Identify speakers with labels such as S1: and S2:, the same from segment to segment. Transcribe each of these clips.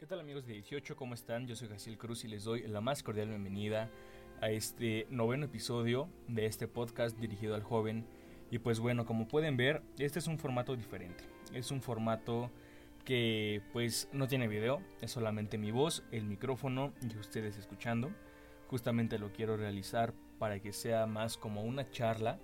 S1: tal amigos de 18? ¿Cómo están? Yo soy Jaciel Cruz y les doy la más cordial bienvenida a este noveno episodio de este podcast dirigido al joven. Y pues bueno, como pueden ver, este es un formato diferente. Es un formato que pues no tiene video, es solamente mi voz, el micrófono y ustedes escuchando. Justamente lo quiero realizar para que sea más como una charla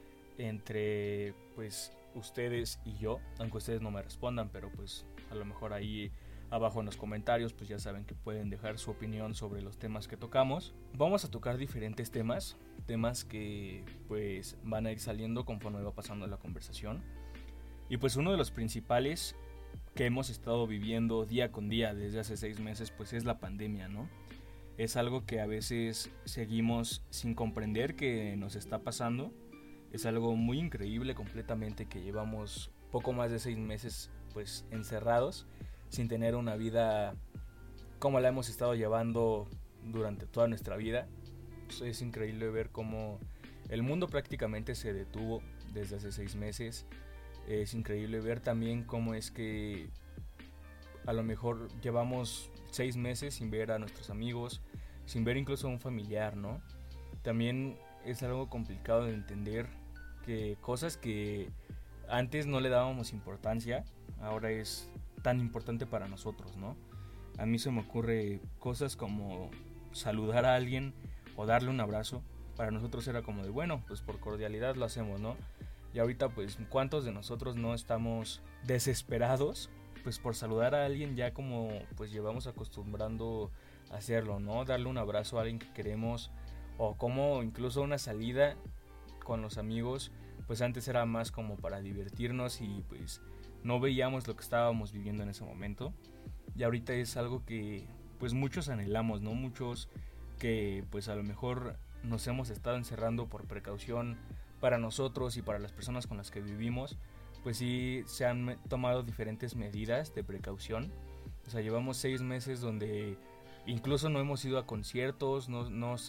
S1: entre pues ustedes y yo, aunque ustedes no me respondan, pero pues a lo mejor ahí abajo en los comentarios pues ya saben que pueden dejar su opinión sobre los temas que tocamos. Vamos a tocar diferentes temas que pues van a ir saliendo conforme va pasando la conversación. Y pues uno de los principales que hemos estado viviendo día con día desde hace 6 meses pues es la pandemia, ¿no? Es algo que a veces seguimos sin comprender que nos está pasando. Es algo muy increíble completamente que llevamos poco más de 6 meses pues encerrados, sin tener una vida como la hemos estado llevando durante toda nuestra vida. Es increíble ver cómo el mundo prácticamente se detuvo desde hace 6 meses. Es increíble ver también cómo es que a lo mejor llevamos 6 meses sin ver a nuestros amigos, sin ver incluso a un familiar, ¿no? También es algo complicado de entender que cosas que antes no le dábamos importancia, ahora es tan importante para nosotros, ¿no? A mí se me ocurre cosas como saludar a alguien o darle un abrazo. Para nosotros era como de, bueno, pues por cordialidad lo hacemos, ¿no? Y ahorita pues ¿cuántos de nosotros no estamos desesperados pues por saludar a alguien? Ya como pues llevamos acostumbrando a hacerlo, ¿no? Darle un abrazo a alguien que queremos, o como incluso una salida con los amigos, pues antes era más como para divertirnos y pues no veíamos lo que estábamos viviendo en ese momento. Y ahorita es algo que pues muchos anhelamos, ¿no? Muchos que pues a lo mejor nos hemos estado encerrando por precaución para nosotros y para las personas con las que vivimos, pues sí se han tomado diferentes medidas de precaución. O sea, llevamos 6 meses donde incluso no hemos ido a conciertos, no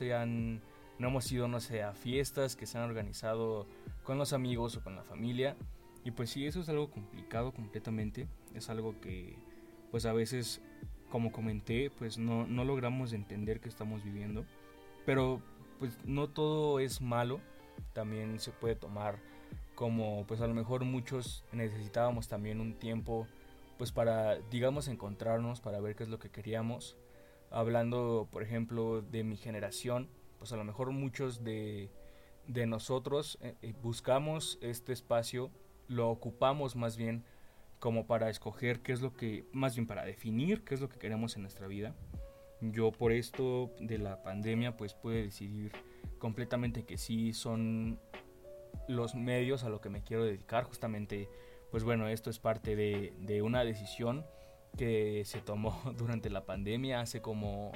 S1: hemos ido, no sé, a fiestas que se han organizado con los amigos o con la familia. Y pues sí, eso es algo complicado completamente. Es algo que pues a veces, como comenté, pues no logramos entender que estamos viviendo. Pero pues no todo es malo. También se puede tomar como pues a lo mejor muchos necesitábamos también un tiempo pues para, digamos, encontrarnos, para ver qué es lo que queríamos. Hablando por ejemplo de mi generación, pues a lo mejor muchos de nosotros buscamos este espacio, lo ocupamos más bien como para escoger qué es lo que, más bien para definir qué es lo que queremos en nuestra vida. Yo por esto de la pandemia pues pude decidir completamente que sí son los medios a lo que me quiero dedicar. Justamente pues bueno, esto es parte de una decisión que se tomó durante la pandemia hace como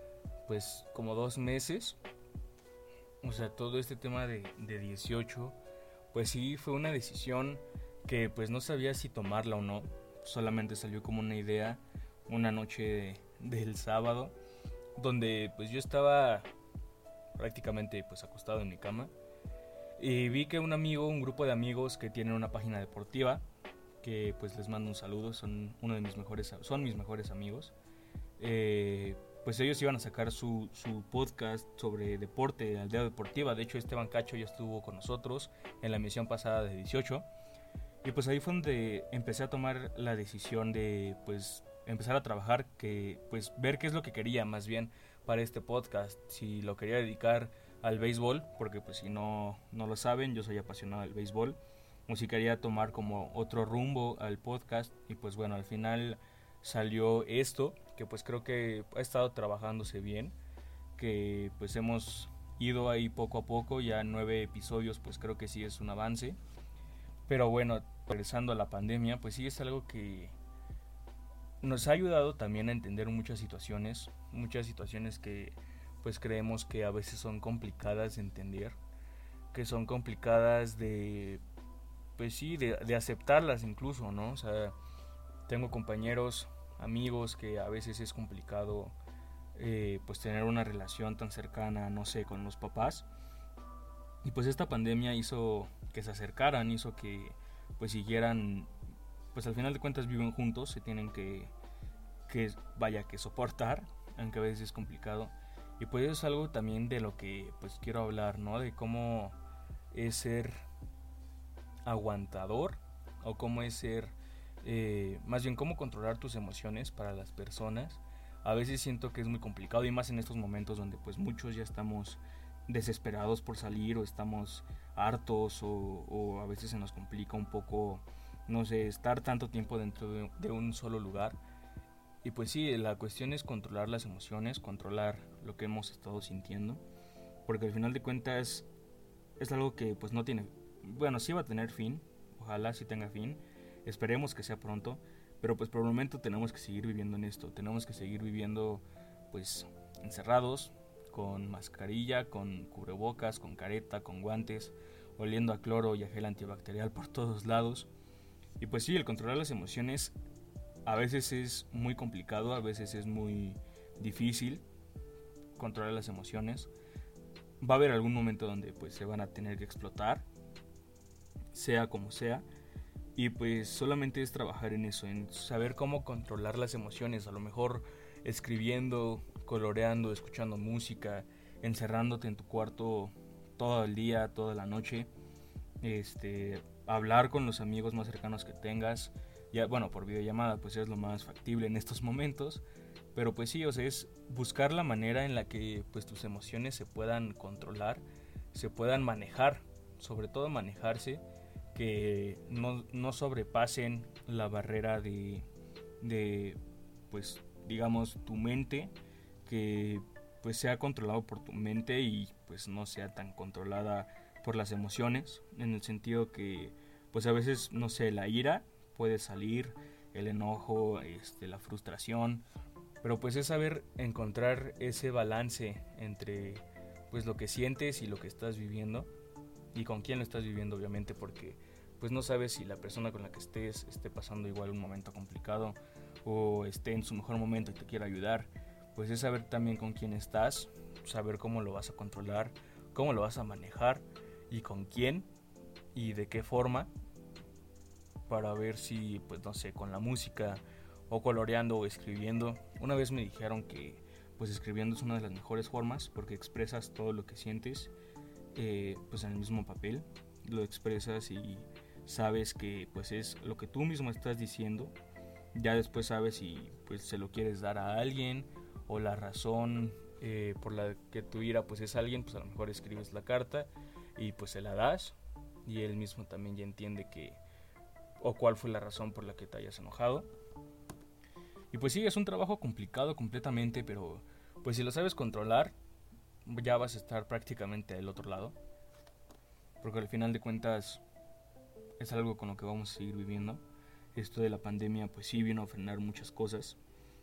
S1: 2 meses. O sea, todo este tema de 18 pues sí fue una decisión que pues no sabía si tomarla o no. Solamente salió como una idea una noche del sábado, donde pues yo estaba prácticamente pues acostado en mi cama y vi que un grupo de amigos que tienen una página deportiva, que pues les mando un saludo, son mis mejores amigos, pues ellos iban a sacar su podcast sobre deporte, Aldea Deportiva. De hecho Esteban Cacho ya estuvo con nosotros en la emisión pasada de 18. Y pues ahí fue donde empecé a tomar la decisión de pues empezar a trabajar, que pues ver qué es lo que quería más bien para este podcast. Si lo quería dedicar al béisbol, porque pues si no lo saben, yo soy apasionado del béisbol, o si quería tomar como otro rumbo al podcast. Y pues bueno, al final salió esto, que pues creo que ha estado trabajándose bien, que pues hemos ido ahí poco a poco, ya 9 episodios, pues creo que sí es un avance. Pero bueno, regresando a la pandemia, pues sí es algo que nos ha ayudado también a entender muchas situaciones que pues creemos que a veces son complicadas de entender, que son complicadas de, pues sí, de aceptarlas incluso, ¿no? O sea, tengo compañeros, amigos que a veces es complicado pues tener una relación tan cercana, no sé, con los papás. Y pues esta pandemia hizo que se acercaran, hizo que pues siguieran, pues al final de cuentas viven juntos, se tienen que que soportar, aunque a veces es complicado. Y pues eso es algo también de lo que pues quiero hablar, ¿no? De cómo es ser aguantador, o cómo es ser, más bien cómo controlar tus emociones para las personas. A veces siento que es muy complicado, y más en estos momentos donde pues muchos ya estamos desesperados por salir, o estamos hartos, o a veces se nos complica un poco, no sé, estar tanto tiempo dentro de un solo lugar. Y pues sí, la cuestión es controlar las emociones, controlar lo que hemos estado sintiendo, porque al final de cuentas es algo que pues no tiene, bueno, sí va a tener fin, ojalá sí tenga fin, esperemos que sea pronto, pero pues por el momento tenemos que seguir viviendo en esto, tenemos que seguir viviendo pues encerrados, con mascarilla, con cubrebocas, con careta, con guantes, oliendo a cloro y a gel antibacterial por todos lados. Y pues sí, el controlar las emociones a veces es muy complicado, a veces es muy difícil controlar las emociones. Va a haber algún momento donde pues se van a tener que explotar, sea como sea, y pues solamente es trabajar en eso, en saber cómo controlar las emociones, a lo mejor escribiendo, coloreando, escuchando música, encerrándote en tu cuarto todo el día, toda la noche, hablar con los amigos más cercanos que tengas, ya bueno, por videollamada pues es lo más factible en estos momentos, pero pues sí, o sea, es buscar la manera en la que pues tus emociones se puedan controlar, se puedan manejar, sobre todo manejarse, que no sobrepasen la barrera de pues digamos tu mente, que pues sea controlado por tu mente y pues no sea tan controlada por las emociones, en el sentido que pues a veces, no sé, la ira puede salir, el enojo, la frustración, pero pues es saber encontrar ese balance entre pues lo que sientes y lo que estás viviendo, y con quién lo estás viviendo, obviamente, porque pues no sabes si la persona con la que esté pasando igual un momento complicado, o esté en su mejor momento y te quiera ayudar. Pues es saber también con quién estás, saber cómo lo vas a controlar, cómo lo vas a manejar, y con quién y de qué forma, para ver si, pues no sé, con la música, o coloreando, o escribiendo. Una vez me dijeron que pues escribiendo es una de las mejores formas, porque expresas todo lo que sientes, pues en el mismo papel, lo expresas y sabes que pues es lo que tú mismo estás diciendo. Ya después sabes si pues se lo quieres dar a alguien, o la razón por la que tu ira pues es alguien, pues a lo mejor escribes la carta y pues se la das, y él mismo también ya entiende que, o cuál fue la razón por la que te hayas enojado. Y pues sí, es un trabajo complicado completamente, pero pues si lo sabes controlar, ya vas a estar prácticamente del otro lado, porque al final de cuentas es algo con lo que vamos a seguir viviendo. Esto de la pandemia pues sí vino a frenar muchas cosas,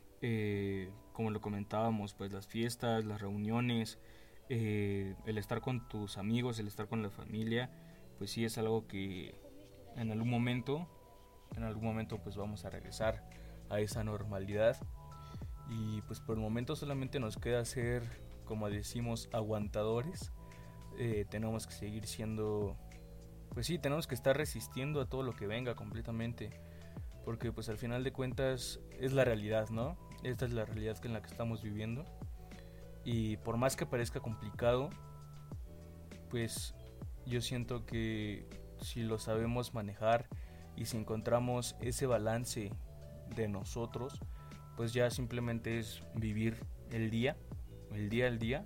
S1: como lo comentábamos, pues las fiestas, las reuniones, el estar con tus amigos, el estar con la familia, pues sí es algo que en algún momento pues vamos a regresar a esa normalidad. Y pues por el momento solamente nos queda ser, como decimos, aguantadores. Tenemos que seguir siendo, pues sí, tenemos que estar resistiendo a todo lo que venga completamente, porque pues al final de cuentas es la realidad, ¿no? Esta es la realidad en la que estamos viviendo, y por más que parezca complicado, pues yo siento que si lo sabemos manejar, y si encontramos ese balance de nosotros, pues ya simplemente es vivir el día al día,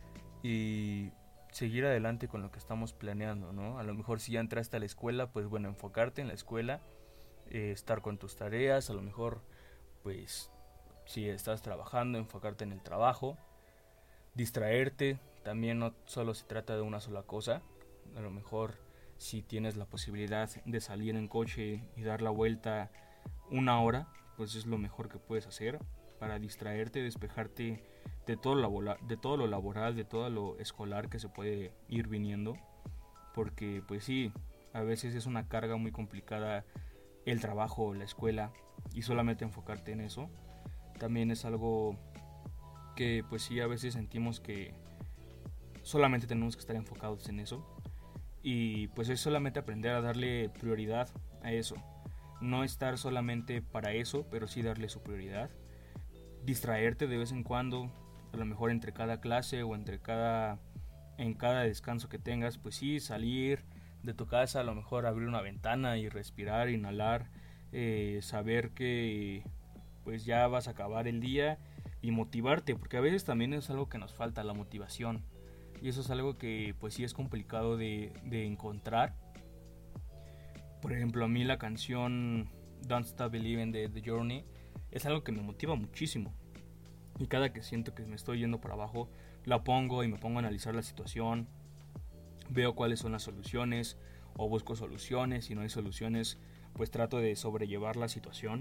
S1: y seguir adelante con lo que estamos planeando, ¿no? A lo mejor si ya entraste a la escuela, pues bueno, enfocarte en la escuela, estar con tus tareas, a lo mejor pues si estás trabajando, enfocarte en el trabajo, distraerte, también no solo se trata de una sola cosa, a lo mejor si tienes la posibilidad de salir en coche y dar la vuelta una hora, pues es lo mejor que puedes hacer para distraerte, despejarte de todo lo laboral, de todo lo escolar que se puede ir viniendo, porque pues sí, a veces es una carga muy complicada el trabajo, la escuela, y solamente enfocarte en eso también es algo que pues sí, a veces sentimos que solamente tenemos que estar enfocados en eso, y pues es solamente aprender a darle prioridad a eso, no estar solamente para eso, pero sí darle su prioridad, distraerte de vez en cuando, a lo mejor entre cada clase o en cada descanso que tengas, pues sí, salir de tu casa, a lo mejor abrir una ventana y respirar, inhalar, saber que pues ya vas a acabar el día y motivarte, porque a veces también es algo que nos falta, la motivación, y eso es algo que pues sí es complicado de encontrar. Por ejemplo, a mí la canción Don't Stop Believing de The Journey es algo que me motiva muchísimo, y cada que siento que me estoy yendo para abajo la pongo y me pongo a analizar la situación, veo cuáles son las soluciones o busco soluciones. Si no hay soluciones, pues trato de sobrellevar la situación,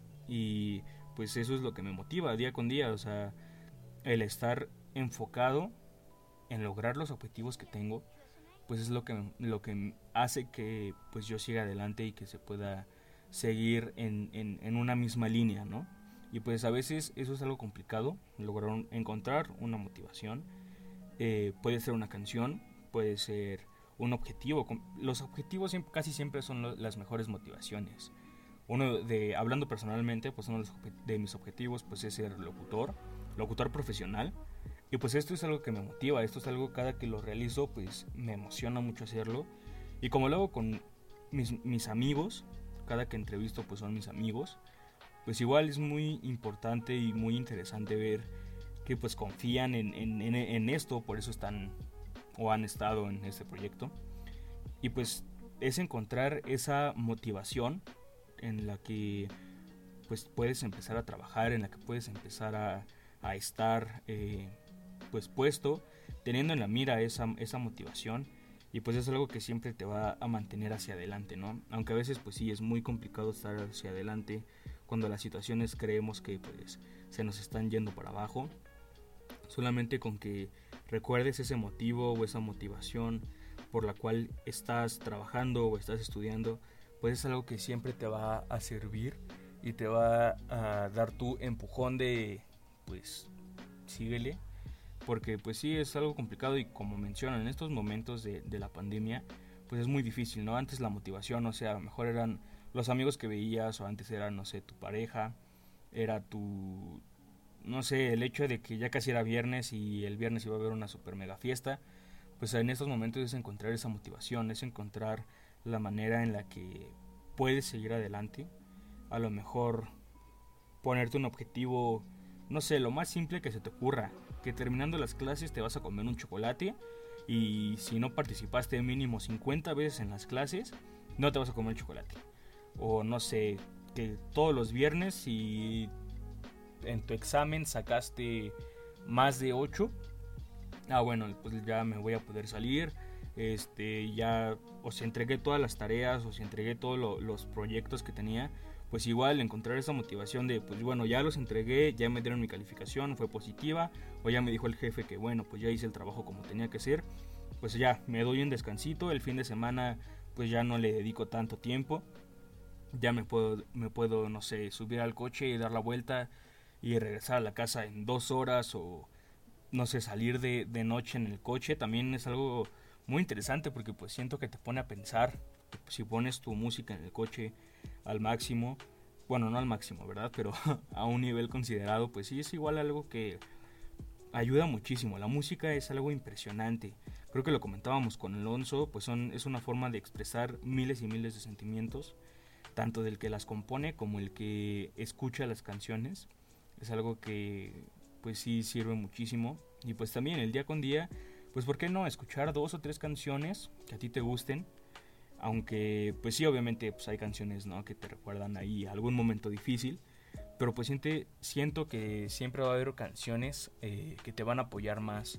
S1: y pues eso es lo que me motiva día con día, o sea, el estar enfocado en lograr los objetivos que tengo, pues es lo que hace que pues yo siga adelante y que se pueda seguir en una misma línea, ¿no? Y pues a veces eso es algo complicado, lograr encontrar una motivación. Puede ser una canción, puede ser un objetivo. Los objetivos casi siempre son las mejores motivaciones. Hablando personalmente, pues uno de mis objetivos pues es ser locutor profesional. Y pues esto es algo que me motiva, esto es algo cada que lo realizo pues me emociona mucho hacerlo. Y como lo hago con mis amigos, cada que entrevisto pues son mis amigos, pues igual es muy importante y muy interesante ver que pues confían en esto, por eso están o han estado en este proyecto. Y pues es encontrar esa motivación en la que pues puedes empezar a trabajar, en la que puedes empezar a estar pues puesto, teniendo en la mira esa motivación. Y pues es algo que siempre te va a mantener hacia adelante, ¿no? Aunque a veces pues sí es muy complicado estar hacia adelante cuando las situaciones creemos que pues se nos están yendo para abajo. Solamente con que recuerdes ese motivo o esa motivación por la cual estás trabajando o estás estudiando, pues es algo que siempre te va a servir y te va a dar tu empujón de pues síguele, porque pues sí es algo complicado. Y como mencionan, en estos momentos de la pandemia pues es muy difícil, ¿no? Antes la motivación, o sea, a lo mejor eran los amigos que veías, o antes era, no sé, tu pareja, era no sé, el hecho de que ya casi era viernes y el viernes iba a haber una super mega fiesta. Pues en estos momentos es encontrar esa motivación, es encontrar la manera en la que puedes seguir adelante. A lo mejor ponerte un objetivo, no sé, lo más simple que se te ocurra, que terminando las clases te vas a comer un chocolate, y si no participaste mínimo 50 veces en las clases, no te vas a comer chocolate. O no sé, que todos los viernes si en tu examen sacaste más de 8, bueno, pues ya me voy a poder salir, ya, o si entregué todas las tareas, o si entregué todos los proyectos que tenía, pues igual encontrar esa motivación de, pues bueno, ya los entregué, ya me dieron mi calificación, fue positiva, o ya me dijo el jefe que bueno, pues ya hice el trabajo como tenía que ser, pues ya me doy un descansito, el fin de semana pues ya no le dedico tanto tiempo, ya me puedo, no sé, subir al coche y dar la vuelta y regresar a la casa en 2 horas, o no sé, salir de noche en el coche. También es algo muy interesante porque pues siento que te pone a pensar. Si pones tu música en el coche al máximo, bueno, no al máximo, ¿verdad? Pero a un nivel considerado, pues sí es igual algo que ayuda muchísimo. La música es algo impresionante. Creo que lo comentábamos con Alonso, pues es una forma de expresar miles y miles de sentimientos, tanto del que las compone como el que escucha las canciones. Es algo que pues sí sirve muchísimo. Y pues también el día con día, pues por qué no escuchar 2 o 3 canciones que a ti te gusten, aunque pues sí, obviamente pues hay canciones, ¿no?, que te recuerdan ahí algún momento difícil, pero pues siento que siempre va a haber canciones que te van a apoyar más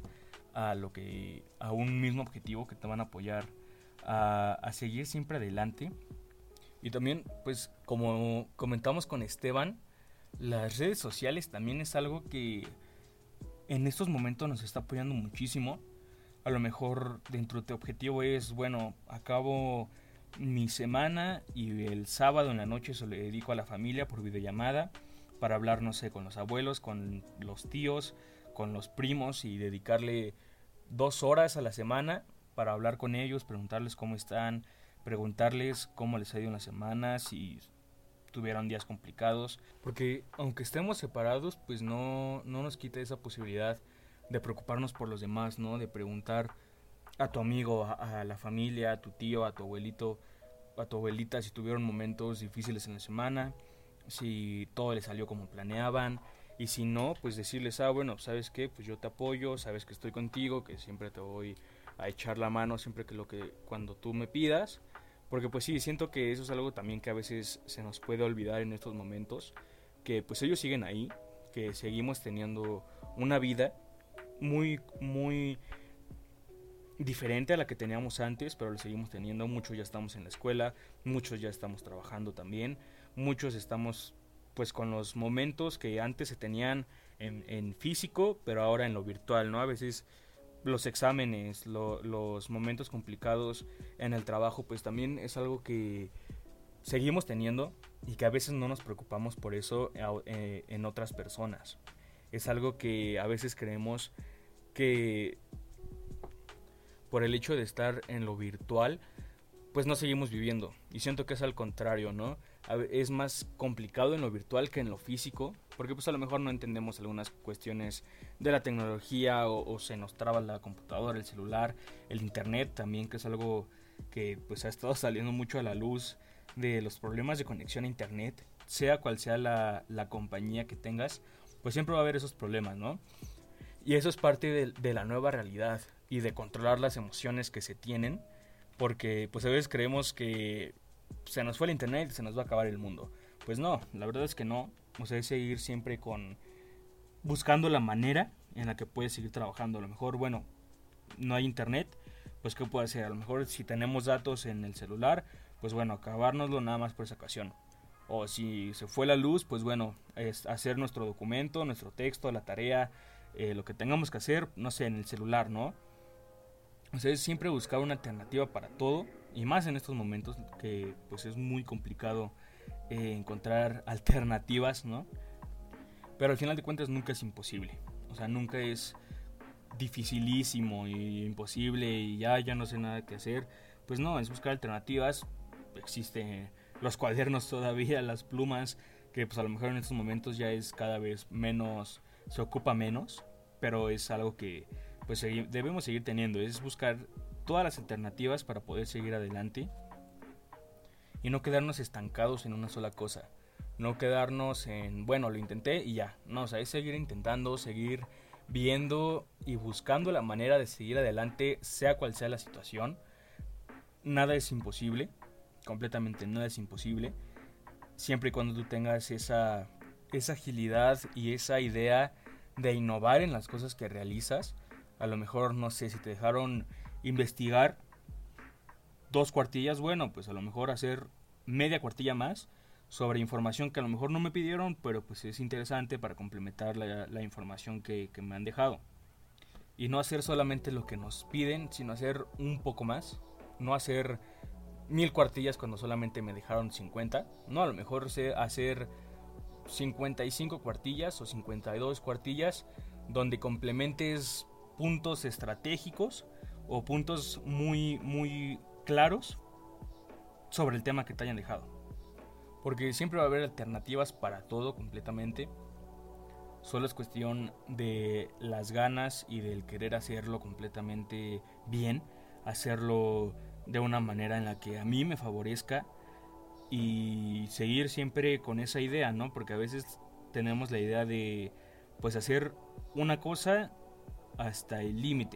S1: a un mismo objetivo, que te van a apoyar a seguir siempre adelante. Y también pues como comentamos con Esteban, las redes sociales también es algo que en estos momentos nos está apoyando muchísimo. A lo mejor dentro de tu objetivo es, bueno, acabo mi semana y el sábado en la noche se lo dedico a la familia por videollamada para hablar, no sé, con los abuelos, con los tíos, con los primos, y dedicarle 2 horas a la semana para hablar con ellos, preguntarles cómo están, preguntarles cómo les ha ido en la semana, si tuvieron días complicados, porque aunque estemos separados, pues no nos quita esa posibilidad de preocuparnos por los demás, ¿no? De preguntar a tu amigo, a la familia, a tu tío, a tu abuelito, a tu abuelita si tuvieron momentos difíciles en la semana, si todo les salió como planeaban, y si no, pues decirles, bueno, ¿sabes qué? Pues yo te apoyo, sabes que estoy contigo, que siempre te voy a echar la mano siempre cuando tú me pidas, porque pues sí, siento que eso es algo también que a veces se nos puede olvidar en estos momentos, que pues ellos siguen ahí, que seguimos teniendo una vida muy, muy diferente a la que teníamos antes, pero lo seguimos teniendo. Muchos ya estamos en la escuela, muchos ya estamos trabajando también, muchos estamos pues con los momentos que antes se tenían en físico, pero ahora en lo virtual, ¿no? A veces los exámenes, los momentos complicados en el trabajo, pues también es algo que seguimos teniendo y que a veces no nos preocupamos por eso en otras personas. Es algo que a veces creemos que por el hecho de estar en lo virtual, pues no seguimos viviendo. Y siento que es al contrario, ¿no? Es más complicado en lo virtual que en lo físico, porque pues a lo mejor no entendemos algunas cuestiones de la tecnología o se nos traba la computadora, el celular, el internet también, que es algo que pues ha estado saliendo mucho a la luz de los problemas de conexión a internet, sea cual sea la compañía que tengas, pues siempre va a haber esos problemas, ¿no? Y eso es parte de la nueva realidad y de controlar las emociones que se tienen, porque pues a veces creemos que se nos fue el internet y se nos va a acabar el mundo. Pues no, la verdad es que no. O sea, es seguir siempre buscando la manera en la que puedes seguir trabajando. A lo mejor, bueno, no hay internet, pues ¿qué puede hacer? A lo mejor si tenemos datos en el celular, pues bueno, acabárnoslo nada más por esa ocasión. O si se fue la luz, pues bueno, es hacer nuestro documento, nuestro texto, la tarea, lo que tengamos que hacer, no sé, en el celular, ¿no? O sea, es siempre buscar una alternativa para todo, y más en estos momentos que pues es muy complicado encontrar alternativas, ¿no? Pero al final de cuentas nunca es imposible. O sea, nunca es dificilísimo y imposible y ya no sé nada que hacer. Pues no, es buscar alternativas. Existen los cuadernos todavía, las plumas, que pues a lo mejor en estos momentos ya es cada vez menos, se ocupa menos, pero es algo que pues debemos seguir teniendo. Es buscar todas las alternativas para poder seguir adelante y no quedarnos estancados en una sola cosa. No quedarnos en, bueno, lo intenté y ya. No, o sea, es seguir intentando, seguir viendo y buscando la manera de seguir adelante, sea cual sea la situación. Nada es imposible, completamente nada es imposible, siempre y cuando tú tengas esa agilidad y esa idea de innovar en las cosas que realizas. A lo mejor, no sé, si te dejaron investigar 2 cuartillas, bueno, pues a lo mejor hacer media cuartilla más sobre información que a lo mejor no me pidieron, pero pues es interesante para complementar la información que me han dejado. Y no hacer solamente lo que nos piden, sino hacer un poco más. No hacer 1000 cuartillas cuando solamente me dejaron 50. No, a lo mejor hacer 55 cuartillas o 52 cuartillas donde complementes puntos estratégicos o puntos muy, muy claros sobre el tema que te hayan dejado. Porque siempre va a haber alternativas para todo completamente. Solo es cuestión de las ganas y del querer hacerlo completamente bien, hacerlo de una manera en la que a mí me favorezca y seguir siempre con esa idea, ¿no? Porque a veces tenemos la idea de pues hacer una cosa hasta el límite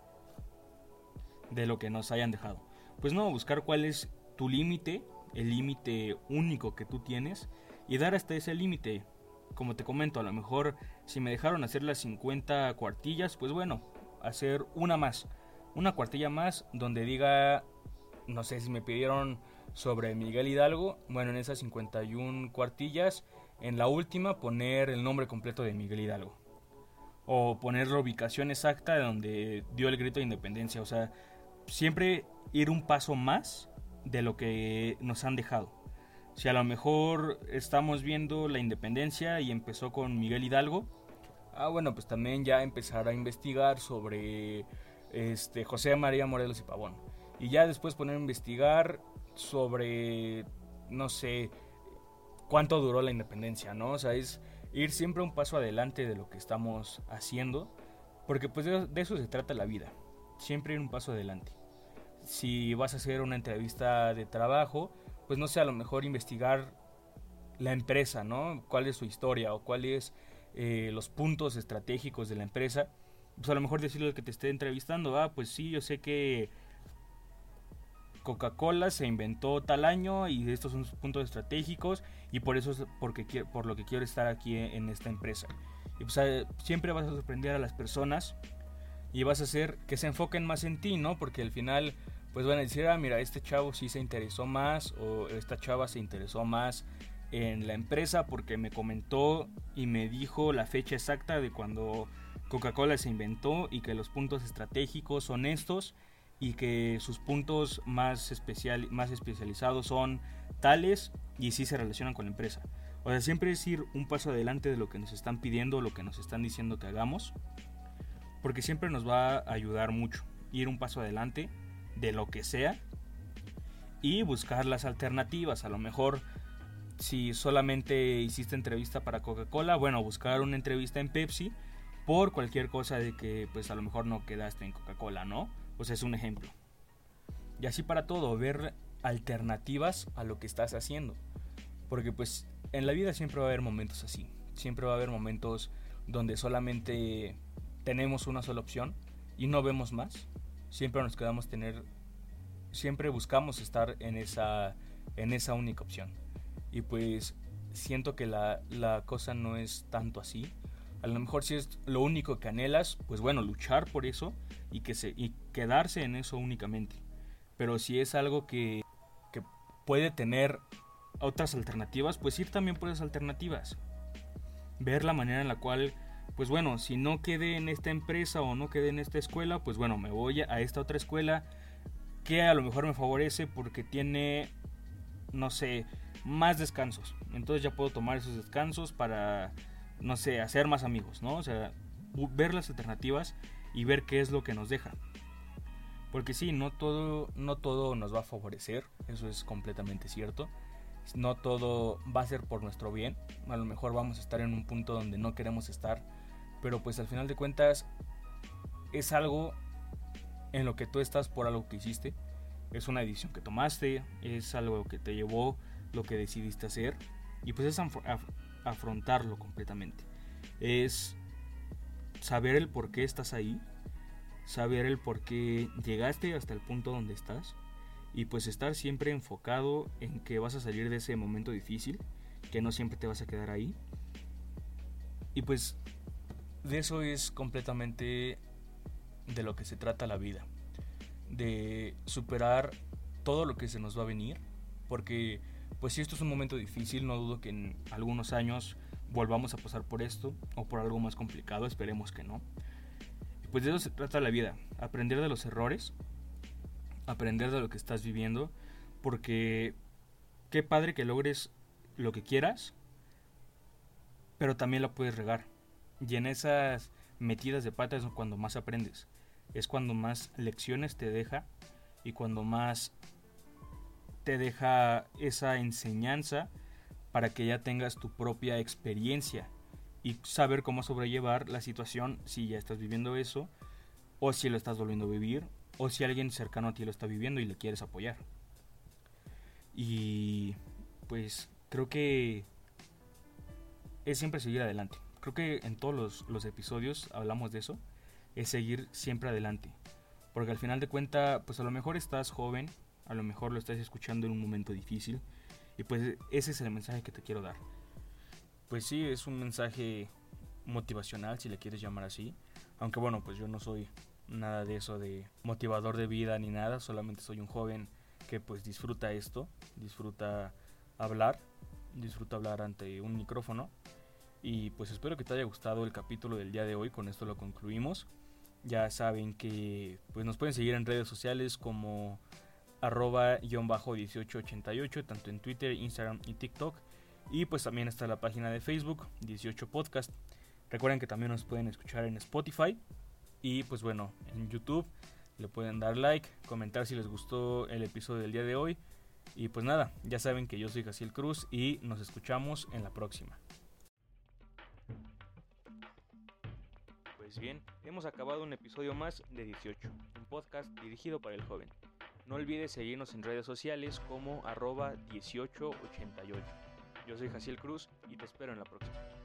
S1: de lo que nos hayan dejado. Pues no, buscar cuál es tu límite, el límite único que tú tienes y dar hasta ese límite. Como te comento, a lo mejor si me dejaron hacer las 50 cuartillas, pues bueno, hacer una cuartilla más donde diga, no sé, si me pidieron sobre Miguel Hidalgo, bueno, en esas 51 cuartillas, en la última poner el nombre completo de Miguel Hidalgo. O poner la ubicación exacta de donde dio el grito de independencia. O sea, siempre ir un paso más de lo que nos han dejado. Si a lo mejor estamos viendo la independencia y empezó con Miguel Hidalgo, bueno, pues también ya empezar a investigar sobre José María Morelos y Pavón. Y ya después poner a investigar sobre, no sé, cuánto duró la independencia, ¿no? O sea, es ir siempre un paso adelante de lo que estamos haciendo, porque pues de eso se trata la vida, siempre ir un paso adelante. Si vas a hacer una entrevista de trabajo, pues no sé, a lo mejor investigar la empresa, ¿no? Cuál es su historia o cuáles los puntos estratégicos de la empresa. Pues a lo mejor decirle al que te esté entrevistando, pues sí, yo sé que Coca-Cola se inventó tal año y estos son sus puntos estratégicos y por eso es por lo que quiero estar aquí en esta empresa. Y pues siempre vas a sorprender a las personas y vas a hacer que se enfoquen más en ti, ¿no? Porque al final pues van a decir, mira, este chavo sí se interesó más o esta chava se interesó más en la empresa porque me comentó y me dijo la fecha exacta de cuando Coca-Cola se inventó y que los puntos estratégicos son estos y que sus puntos más especializados son tales y sí se relacionan con la empresa. O sea, siempre es ir un paso adelante de lo que nos están pidiendo, lo que nos están diciendo que hagamos, porque siempre nos va a ayudar mucho ir un paso adelante de lo que sea y buscar las alternativas. A lo mejor si solamente hiciste entrevista para Coca-Cola, bueno, buscar una entrevista en Pepsi por cualquier cosa de que pues a lo mejor no quedaste en Coca-Cola, ¿no? O sea, es un ejemplo. Y así para todo, ver alternativas a lo que estás haciendo. Porque pues en la vida siempre va a haber momentos así. Siempre va a haber momentos donde solamente tenemos una sola opción y no vemos más. Siempre nos quedamos siempre buscamos estar en esa única opción. Y pues siento que la cosa no es tanto así. A lo mejor si es lo único que anhelas, pues bueno, luchar por eso y quedarse en eso únicamente. Pero si es algo que puede tener otras alternativas, pues ir también por esas alternativas. Ver la manera en la cual, pues bueno, si no quedé en esta empresa o no quedé en esta escuela, pues bueno, me voy a esta otra escuela que a lo mejor me favorece porque tiene, no sé, más descansos. Entonces ya puedo tomar esos descansos para, no sé, hacer más amigos, ¿no? O sea, ver las alternativas y ver qué es lo que nos deja. Porque sí, no todo nos va a favorecer, eso es completamente cierto. No todo va a ser por nuestro bien. A lo mejor vamos a estar en un punto donde no queremos estar, pero pues al final de cuentas es algo en lo que tú estás por algo que hiciste. Es una decisión que tomaste, es algo que te llevó lo que decidiste hacer y pues es afrontarlo completamente. Es saber el por qué estás ahí, saber el por qué llegaste hasta el punto donde estás y pues estar siempre enfocado en que vas a salir de ese momento difícil, que no siempre te vas a quedar ahí. Y pues de eso es completamente de lo que se trata la vida, de superar todo lo que se nos va a venir, porque pues si esto es un momento difícil, no dudo que en algunos años volvamos a pasar por esto o por algo más complicado, esperemos que no. Y pues de eso se trata la vida, aprender de los errores, aprender de lo que estás viviendo, porque qué padre que logres lo que quieras, pero también la puedes regar. Y en esas metidas de pata es cuando más aprendes, es cuando más lecciones te deja y cuando más te deja esa enseñanza para que ya tengas tu propia experiencia y saber cómo sobrellevar la situación si ya estás viviendo eso o si lo estás volviendo a vivir o si alguien cercano a ti lo está viviendo y le quieres apoyar. Y pues creo que es siempre seguir adelante. Creo que en todos los episodios hablamos de eso, es seguir siempre adelante. Porque al final de cuentas, pues a lo mejor estás joven, a lo mejor lo estás escuchando en un momento difícil y pues ese es el mensaje que te quiero dar. Pues sí, es un mensaje motivacional, si le quieres llamar así. Aunque bueno, pues yo no soy nada de eso de motivador de vida ni nada, solamente soy un joven que pues disfruta esto, disfruta hablar ante un micrófono. Y pues espero que te haya gustado el capítulo del día de hoy, con esto lo concluimos. Ya saben que pues nos pueden seguir en redes sociales como @-1888, tanto en Twitter, Instagram y TikTok. Y pues también está la página de Facebook, 18 Podcast. Recuerden que también nos pueden escuchar en Spotify. Y pues bueno, en YouTube le pueden dar like, comentar si les gustó el episodio del día de hoy. Y pues nada, ya saben que yo soy Jaciel Cruz y nos escuchamos en la próxima. Pues bien, hemos acabado un episodio más de 18, un podcast dirigido para el joven. No olvides seguirnos en redes sociales como @1888. Yo soy Jaciel Cruz y te espero en la próxima.